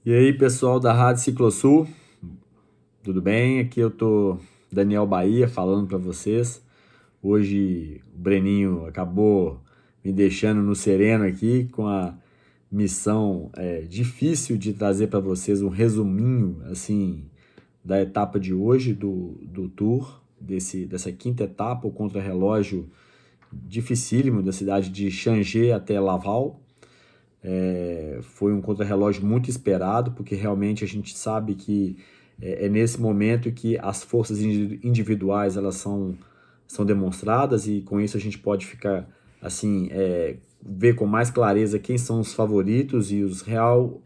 E aí, pessoal da Rádio Ciclosul, tudo bem? Aqui eu tô Daniel Bahia falando para vocês. Hoje o Breninho acabou me deixando no sereno aqui com a missão difícil de trazer para vocês um resuminho assim da etapa de hoje do Tour, dessa quinta etapa, o contrarrelógio dificílimo da cidade de Changé até Laval. Foi um contrarrelógio muito esperado, porque realmente a gente sabe que é nesse momento que as forças individuais elas são demonstradas, e com isso a gente pode ficar assim, ver com mais clareza quem são os favoritos e os real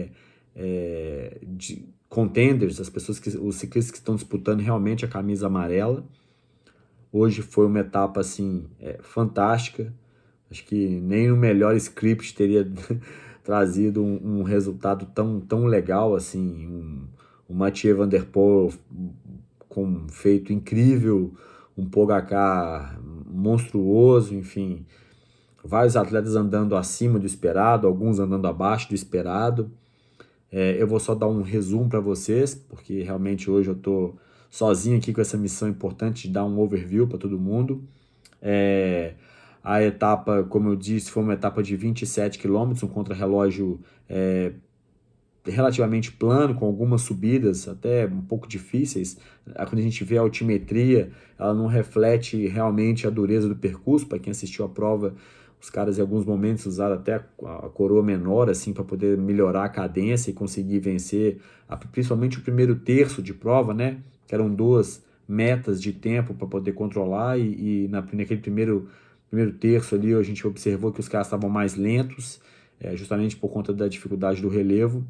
contenders, os ciclistas que estão disputando realmente a camisa amarela. Hoje foi uma etapa assim, fantástica. Acho que nem o melhor script teria trazido um resultado tão legal assim. Um Mathieu Van Der Poel com um feito incrível, um Pogacar monstruoso, enfim. Vários atletas andando acima do esperado, alguns andando abaixo do esperado. Eu vou só dar um resumo para vocês, porque realmente hoje eu estou sozinho aqui com essa missão importante de dar um overview para todo mundo. É, a etapa, como eu disse, foi uma etapa de 27 quilômetros, um contrarrelógio relativamente plano, com algumas subidas até um pouco difíceis. Quando a gente vê a altimetria, ela não reflete realmente a dureza do percurso. Para quem assistiu a prova, os caras em alguns momentos usaram até a coroa menor assim para poder melhorar a cadência e conseguir vencer, principalmente o primeiro terço de prova, né? Que eram duas metas de tempo para poder controlar, e naquele primeiro terço ali a gente observou que os caras estavam mais lentos, justamente por conta da dificuldade do relevo.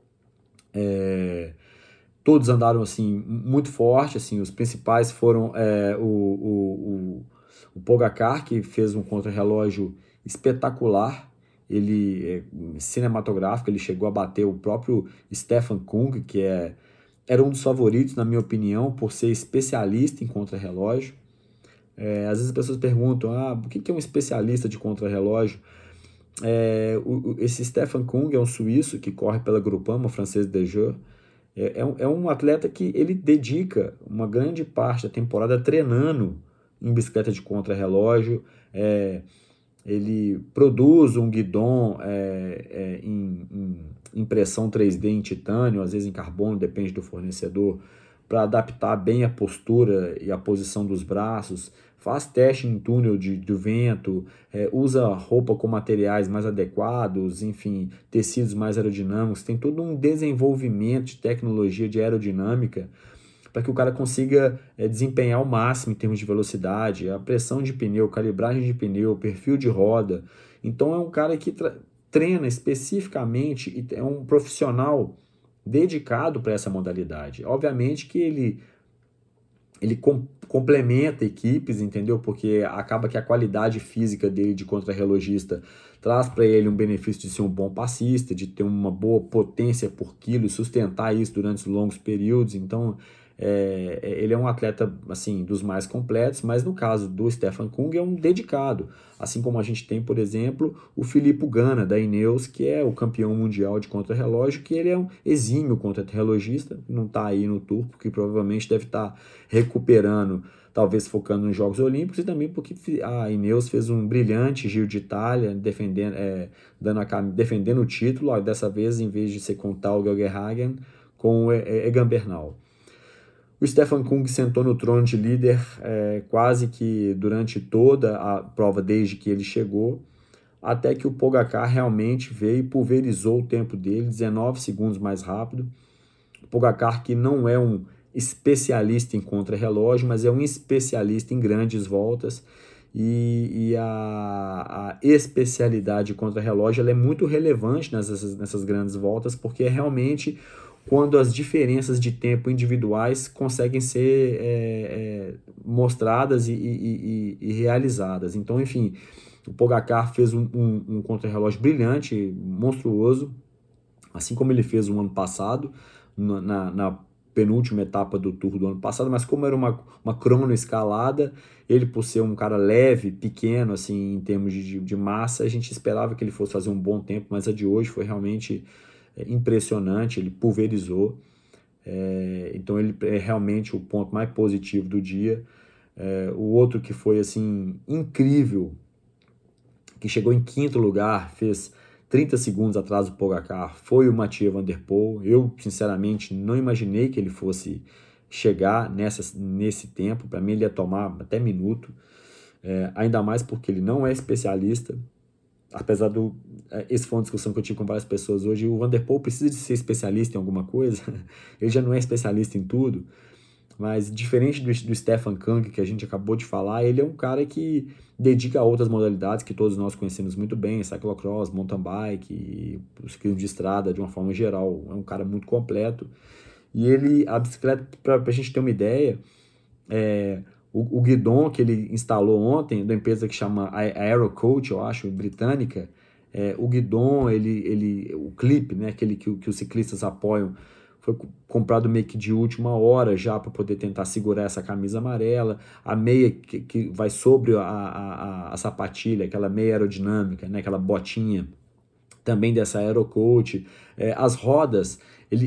Todos andaram assim muito forte, assim. Os principais foram o Pogacar, que fez um contrarrelógio espetacular. Ele cinematográfico, ele chegou a bater o próprio Stefan Kung, era um dos favoritos, na minha opinião, por ser especialista em contrarrelógio. Às vezes as pessoas perguntam, o que é um especialista de contrarrelógio? Esse Stefan Kung é um suíço que corre pela Groupama, francês de Jeux. É um atleta que ele dedica uma grande parte da temporada treinando em bicicleta de contrarrelógio. Ele produz um guidon em impressão 3D em titânio, às vezes em carbono, depende do fornecedor, para adaptar bem a postura e a posição dos braços. Faz teste em túnel de vento, usa roupa com materiais mais adequados, enfim, tecidos mais aerodinâmicos. Tem todo um desenvolvimento de tecnologia de aerodinâmica para que o cara consiga desempenhar o máximo em termos de velocidade, a pressão de pneu, calibragem de pneu, perfil de roda. Então é um cara que treina especificamente e é um profissional dedicado para essa modalidade. Obviamente que ele complementa equipes, entendeu? Porque acaba que a qualidade física dele de contrarrelogista traz para ele um benefício de ser um bom passista, de ter uma boa potência por quilo e sustentar isso durante longos períodos. Então, ele é um atleta assim dos mais completos, mas no caso do Stefan Kung é um dedicado. Assim como a gente tem, por exemplo, o Filippo Ganna, da Ineos, que é o campeão mundial de contrarrelógio, que ele é um exímio contrarrelogista, não está aí no Tour, porque provavelmente deve estar recuperando, talvez focando nos Jogos Olímpicos, e também porque a Ineos fez um brilhante Giro de Itália, defendendo o título, dessa vez, em vez de ser com o Tal Geoghegan, com o Egan Bernal. O Stefan Kung sentou no trono de líder quase que durante toda a prova, desde que ele chegou, até que o Pogacar realmente veio e pulverizou o tempo dele, 19 segundos mais rápido. O Pogacar, que não é um especialista em contrarrelógio, mas é um especialista em grandes voltas, e a especialidade de contrarrelógio ela é muito relevante nessas grandes voltas, porque é realmente quando as diferenças de tempo individuais conseguem ser mostradas e realizadas. Então, enfim, o Pogacar fez um contrarrelógio brilhante, monstruoso, assim como ele fez o ano passado, na penúltima etapa do Tour do ano passado, mas como era uma cronoescalada, ele, por ser um cara leve, pequeno, assim, em termos de massa, a gente esperava que ele fosse fazer um bom tempo, mas a de hoje foi realmente impressionante, ele pulverizou. Então ele é realmente o ponto mais positivo do dia. O outro que foi assim incrível, que chegou em quinto lugar, fez 30 segundos atrás do Pogacar, foi o Mathieu Van Der Poel. Eu, sinceramente, não imaginei que ele fosse chegar nesse tempo. Para mim, ele ia tomar até minuto, ainda mais porque ele não é especialista. Apesar esse foi uma discussão que eu tive com várias pessoas hoje, o Van Der Poel precisa de ser especialista em alguma coisa, ele já não é especialista em tudo, mas diferente do Stefan Kang, que a gente acabou de falar, ele é um cara que dedica a outras modalidades que todos nós conhecemos muito bem, cyclocross, mountain bike, o ciclismo de estrada de uma forma geral, é um cara muito completo, e a bicicleta, para a gente ter uma ideia, o guidon que ele instalou ontem, da empresa que chama Aerocoach, eu acho, britânica, o guidon, o clipe, né, aquele que os ciclistas apoiam, foi comprado meio que de última hora já para poder tentar segurar essa camisa amarela, a meia que vai sobre a sapatilha, aquela meia aerodinâmica, né, aquela botinha, também dessa Aerocoach, as rodas,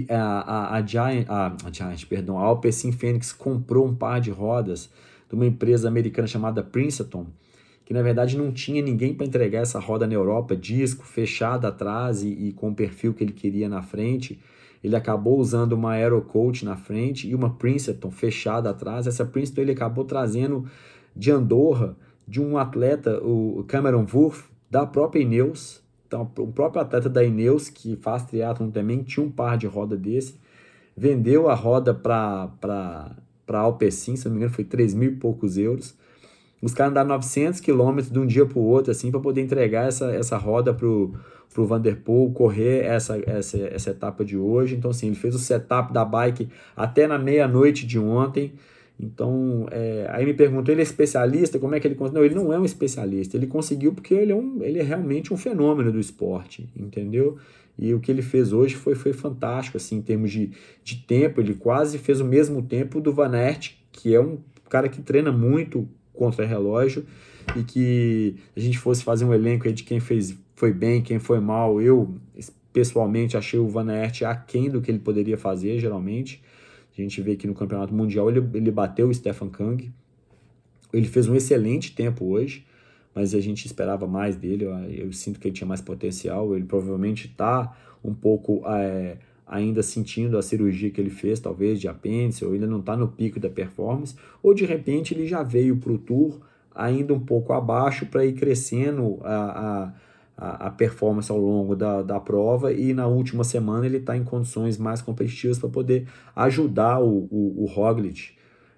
a Alpecin Fenix comprou um par de rodas de uma empresa americana chamada Princeton, que na verdade não tinha ninguém para entregar essa roda na Europa, disco fechado atrás e com o perfil que ele queria na frente. Ele acabou usando uma Aerocoach na frente e uma Princeton fechada atrás. Essa Princeton ele acabou trazendo de Andorra, de um atleta, o Cameron Wurf, da própria Ineos. Então, o próprio atleta da Ineos, que faz triatlon também, tinha um par de roda desse. Vendeu a roda para Alpecin, se não me engano, foi 3 mil e poucos euros. Os caras andaram 900 quilômetros de um dia para o outro, assim, para poder entregar essa roda pro Van Der Poel correr essa etapa de hoje. Então, assim, ele fez o setup da bike até na meia-noite de ontem. Então, aí me perguntou, ele é especialista? Como é que ele conseguiu? Não, ele não é um especialista. Ele conseguiu porque ele é realmente um fenômeno do esporte, entendeu? E o que ele fez hoje foi fantástico, assim, em termos de tempo. Ele quase fez o mesmo tempo do Van Aert, que é um cara que treina muito contra-relógio, e que a gente fosse fazer um elenco aí de quem foi bem, quem foi mal. Eu, pessoalmente, achei o Van Aert aquém do que ele poderia fazer, geralmente. A gente vê que no Campeonato Mundial ele bateu o Stefan Kang. Ele fez um excelente tempo hoje, mas a gente esperava mais dele. Eu sinto que ele tinha mais potencial. Ele provavelmente está um pouco ainda sentindo a cirurgia que ele fez, talvez de apêndice, ou ainda não está no pico da performance, ou de repente ele já veio para o Tour ainda um pouco abaixo para ir crescendo a performance ao longo da prova, e na última semana ele está em condições mais competitivas para poder ajudar o Roglic,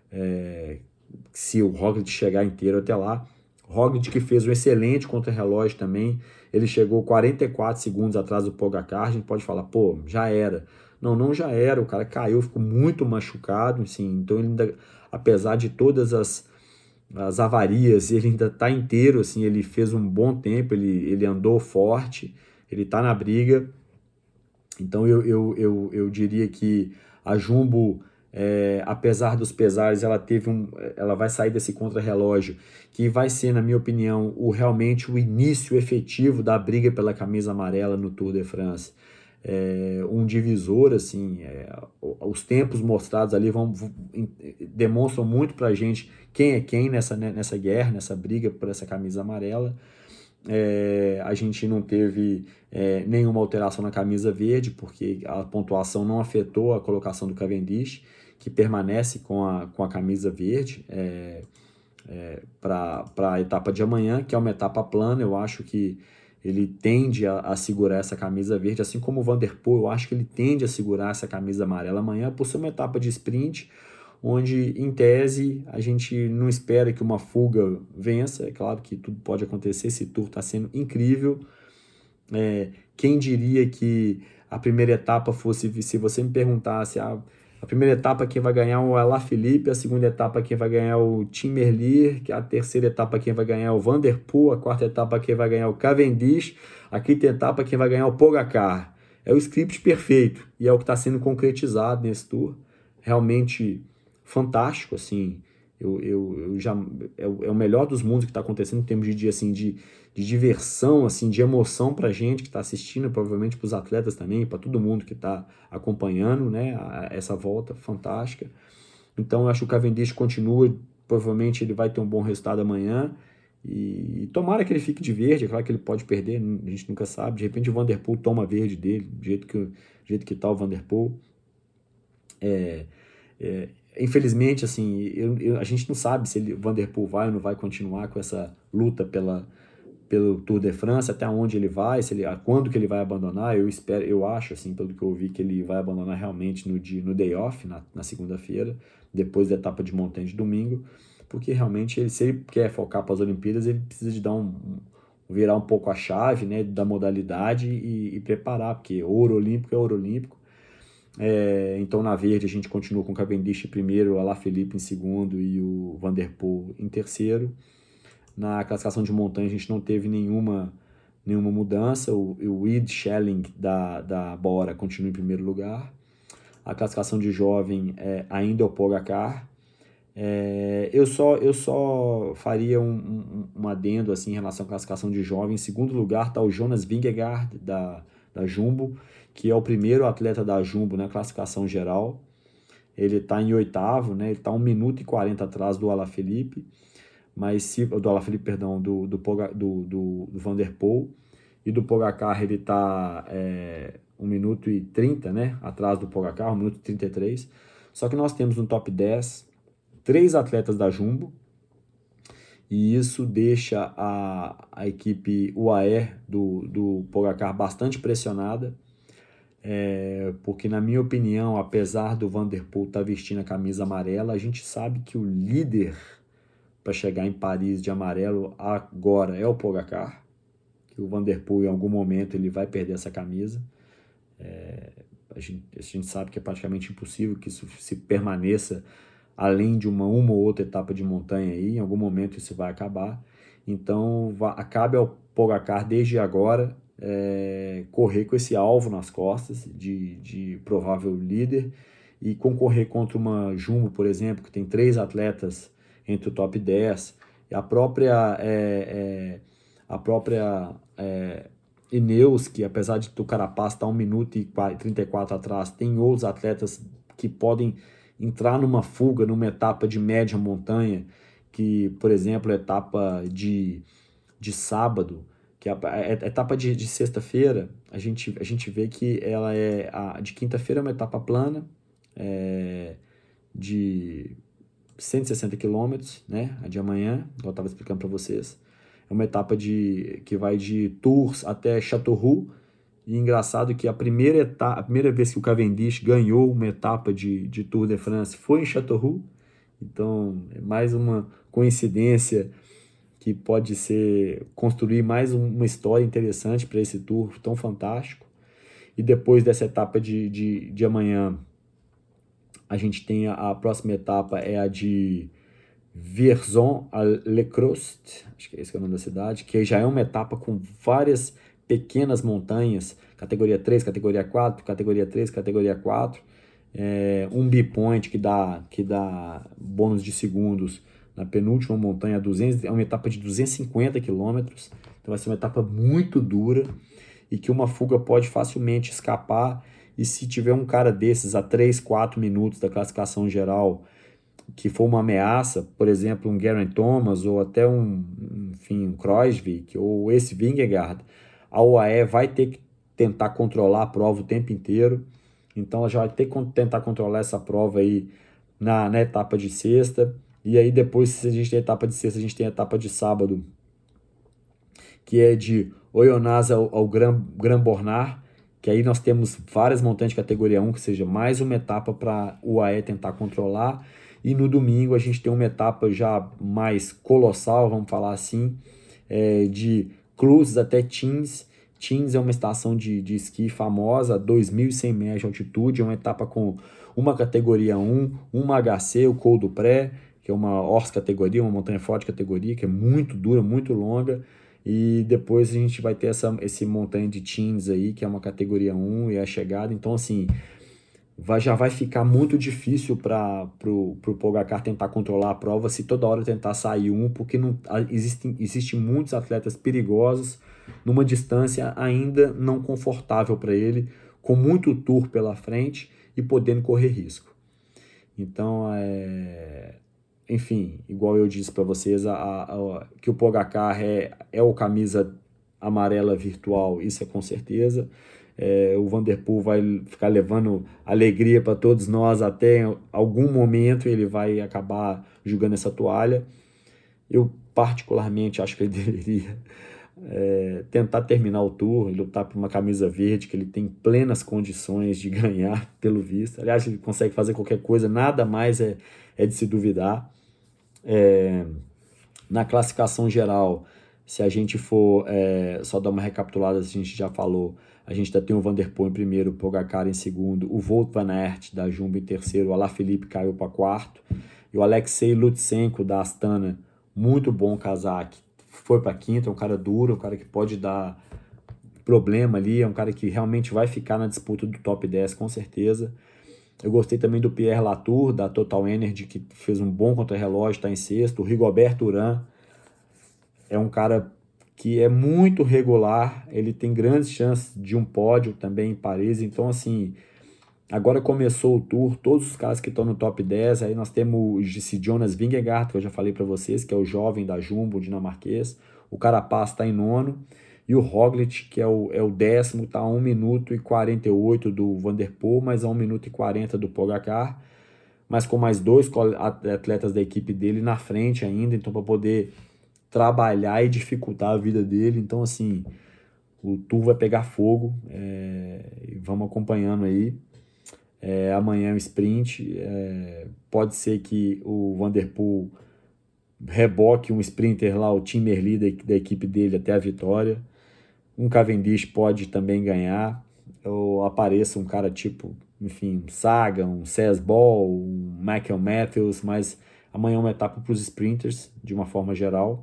se o Roglic chegar inteiro até lá. Roglic que fez um excelente contra-relógio também, ele chegou 44 segundos atrás do Pogacar. A gente pode falar, pô, já era. Não já era, o cara caiu, ficou muito machucado, assim, então ele ainda, apesar de todas as avarias, ele ainda está inteiro, assim, ele fez um bom tempo, ele andou forte, ele está na briga. Então eu diria que a Jumbo, apesar dos pesares, ela vai sair desse contra-relógio, que vai ser, na minha opinião, realmente o início efetivo da briga pela camisa amarela no Tour de France. Um divisor, assim, os tempos mostrados ali demonstram muito pra gente quem é quem nessa guerra, nessa briga por essa camisa amarela. A gente não teve nenhuma alteração na camisa verde, porque a pontuação não afetou a colocação do Cavendish, que permanece com a camisa verde para a etapa de amanhã, que é uma etapa plana. Eu acho que ele tende a segurar essa camisa verde, assim como o Van Der Poel. Eu acho que ele tende a segurar essa camisa amarela amanhã, por ser uma etapa de sprint, onde, em tese, a gente não espera que uma fuga vença. É claro que tudo pode acontecer, esse Tour está sendo incrível. Quem diria que a primeira etapa fosse, se você me perguntasse, a primeira etapa quem vai ganhar é o Alaphilippe, a segunda etapa quem vai ganhar é o Tim Merlier, a terceira etapa quem vai ganhar é o Van Der Poel, a quarta etapa quem vai ganhar é o Cavendish, a quinta etapa quem vai ganhar é o Pogacar. É o script perfeito, e é o que está sendo concretizado nesse Tour. Realmente fantástico, assim. eu já é o melhor dos mundos que está acontecendo em termos assim, de diversão, assim, de emoção para a gente que está assistindo, provavelmente para os atletas também, para todo mundo que está acompanhando, né, essa volta fantástica. Então eu acho que o Cavendish continua, provavelmente ele vai ter um bom resultado amanhã, e tomara que ele fique de verde. É claro que ele pode perder, a gente nunca sabe, de repente o Van der Poel toma verde dele, do jeito que está o Van der Poel. Infelizmente, assim, a gente não sabe se o Van der Poel vai ou não vai continuar com essa luta pelo Tour de France, até onde ele vai, quando que ele vai abandonar. Eu acho, assim, pelo que eu ouvi, que ele vai abandonar realmente no day off, na segunda-feira, depois da etapa de montanha de domingo, porque realmente, se ele quer focar para as Olimpíadas, ele precisa de virar um pouco a chave, né, da modalidade e preparar, porque ouro olímpico é ouro olímpico. Então na verde a gente continua com o Cavendish em primeiro, o Alaphilippe em segundo e o Van der Poel em terceiro. Na classificação de montanha a gente não teve nenhuma mudança. O Ed Schelling da Bora continua em primeiro lugar. A classificação de jovem ainda é o Pogacar. Eu só faria um adendo assim, em relação à classificação de jovem. Em segundo lugar está o Jonas Vingegaard da Jumbo, que é o primeiro atleta da Jumbo na classificação geral. Ele está em oitavo, né? Ele está 1 minuto e 40 atrás do Alaphilippe, do Van der Poel, e do Pogacar ele está 1 minuto e 30, né? Atrás do Pogacar, 1 minuto e 33. Só que nós temos no top 10 3 atletas da Jumbo, e isso deixa a equipe UAE do Pogacar bastante pressionada, porque, na minha opinião, apesar do Van der Poel estar vestindo a camisa amarela, a gente sabe que o líder para chegar em Paris de amarelo agora é o Pogacar, que o Van der Poel em algum momento ele vai perder essa camisa. A gente sabe que é praticamente impossível que isso se permaneça além de uma ou outra etapa de montanha aí, em algum momento isso vai acabar. Então cabe ao Pogacar desde agora correr com esse alvo nas costas de provável líder e concorrer contra uma Jumbo, por exemplo, que tem 3 atletas entre o top 10, e a própria Ineos, que apesar de o Carapaz estar 1 minuto e 34 atrás, tem outros atletas que podem entrar numa fuga, numa etapa de média montanha, que, por exemplo, a etapa de sábado, que a etapa de sexta-feira, a gente vê que ela de quinta-feira é uma etapa plana, de 160 quilômetros, né, a de amanhã, igual eu estava explicando para vocês. É uma etapa que vai de Tours até Châteauroux. E engraçado que a primeira vez que o Cavendish ganhou uma etapa de Tour de France foi em Châteauroux. Então, é mais uma coincidência que pode construir mais uma história interessante para esse Tour tão fantástico. E depois dessa etapa de amanhã, a gente tem a próxima etapa, é a de Vierzon-le-Crost, acho que é esse que é o nome da cidade, que já é uma etapa com várias pequenas montanhas, categoria 3, categoria 4, categoria 3, categoria 4, um B-point que dá bônus de segundos na penúltima montanha, é uma etapa de 250 quilômetros, então vai ser uma etapa muito dura e que uma fuga pode facilmente escapar, e se tiver um cara desses a 3, 4 minutos da classificação geral que for uma ameaça, por exemplo, um Geraint Thomas ou até um Kruijswijk ou esse Vingegaard, a UAE vai ter que tentar controlar a prova o tempo inteiro. Então ela já vai ter que tentar controlar essa prova aí na etapa de sexta. E aí depois, se a gente tem a etapa de sexta, a gente tem a etapa de sábado, que é de Oyonnax ao Grand Bornand, que aí nós temos várias montanhas de categoria 1, que seja mais uma etapa para o UAE tentar controlar. E no domingo a gente tem uma etapa já mais colossal, vamos falar assim, de Cluses até Tins. Tins é uma estação de esqui famosa, a 2.100 metros de altitude, é uma etapa com uma categoria 1, uma HC, o Col du Pré, que é uma Hors categoria, uma montanha forte categoria, que é muito dura, muito longa, e depois a gente vai ter esse montanha de Tins aí, que é uma categoria 1 e a chegada. Então, assim, já vai ficar muito difícil para o Pogacar tentar controlar a prova se toda hora tentar sair porque não, existem muitos atletas perigosos numa distância ainda não confortável para ele, com muito tour pela frente e podendo correr risco. Então, enfim, igual eu disse para vocês, que o Pogacar é o camisa amarela virtual, isso é com certeza. O Van der Poel vai ficar levando alegria para todos nós até algum momento ele vai acabar jogando essa toalha. Eu particularmente acho que ele deveria tentar terminar o Tour e lutar por uma camisa verde, que ele tem plenas condições de ganhar, pelo visto. Aliás, ele consegue fazer qualquer coisa, nada mais é de se duvidar. Na classificação geral, se a gente for só dar uma recapitulada, a gente já falou, a gente ainda tem o Van der Poel em primeiro, o Pogacar em segundo, o Wout van Aert da Jumbo em terceiro, o Alaphilippe caiu para quarto, e o Alexei Lutsenko da Astana, muito bom casaque, foi para quinto, é um cara duro, um cara que pode dar problema ali, é um cara que realmente vai ficar na disputa do top 10 com certeza. Eu gostei também do Pierre Latour, da Total Energy, que fez um bom contra-relógio, está em sexto. O Rigoberto Urán é um cara que é muito regular, ele tem grandes chances de um pódio também em Paris. Então, assim, agora começou o Tour, todos os caras que estão no top 10, aí nós temos esse Jonas Vingegaard, que eu já falei para vocês, que é o jovem da Jumbo, dinamarquês. O Carapaz está em nono. E o Roglic, que é o décimo, está a 1 minuto e 48 do Van der Poel, mais a 1 minuto e 40 do Pogacar, mas com mais dois atletas da equipe dele na frente ainda, então para poder trabalhar e dificultar a vida dele. Então, assim, o Tour vai pegar fogo, e vamos acompanhando aí. Amanhã é o sprint, pode ser que o Van der Poel reboque um sprinter lá, o Tim Merlier da equipe dele até a vitória. Um Cavendish pode também ganhar, ou apareça um cara tipo, enfim, um Sagan, um Cesc Ball, um Michael Matthews, mas amanhã é uma etapa para os sprinters, de uma forma geral.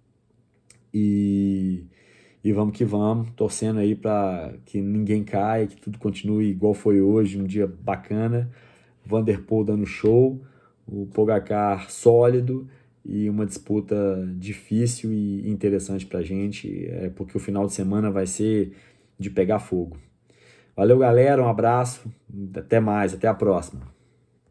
E vamos que vamos, torcendo aí para que ninguém caia, que tudo continue igual foi hoje, um dia bacana. Van der Poel dando show, o Pogacar sólido e uma disputa difícil e interessante para a gente, porque o final de semana vai ser de pegar fogo. Valeu, galera, um abraço, até mais, até a próxima.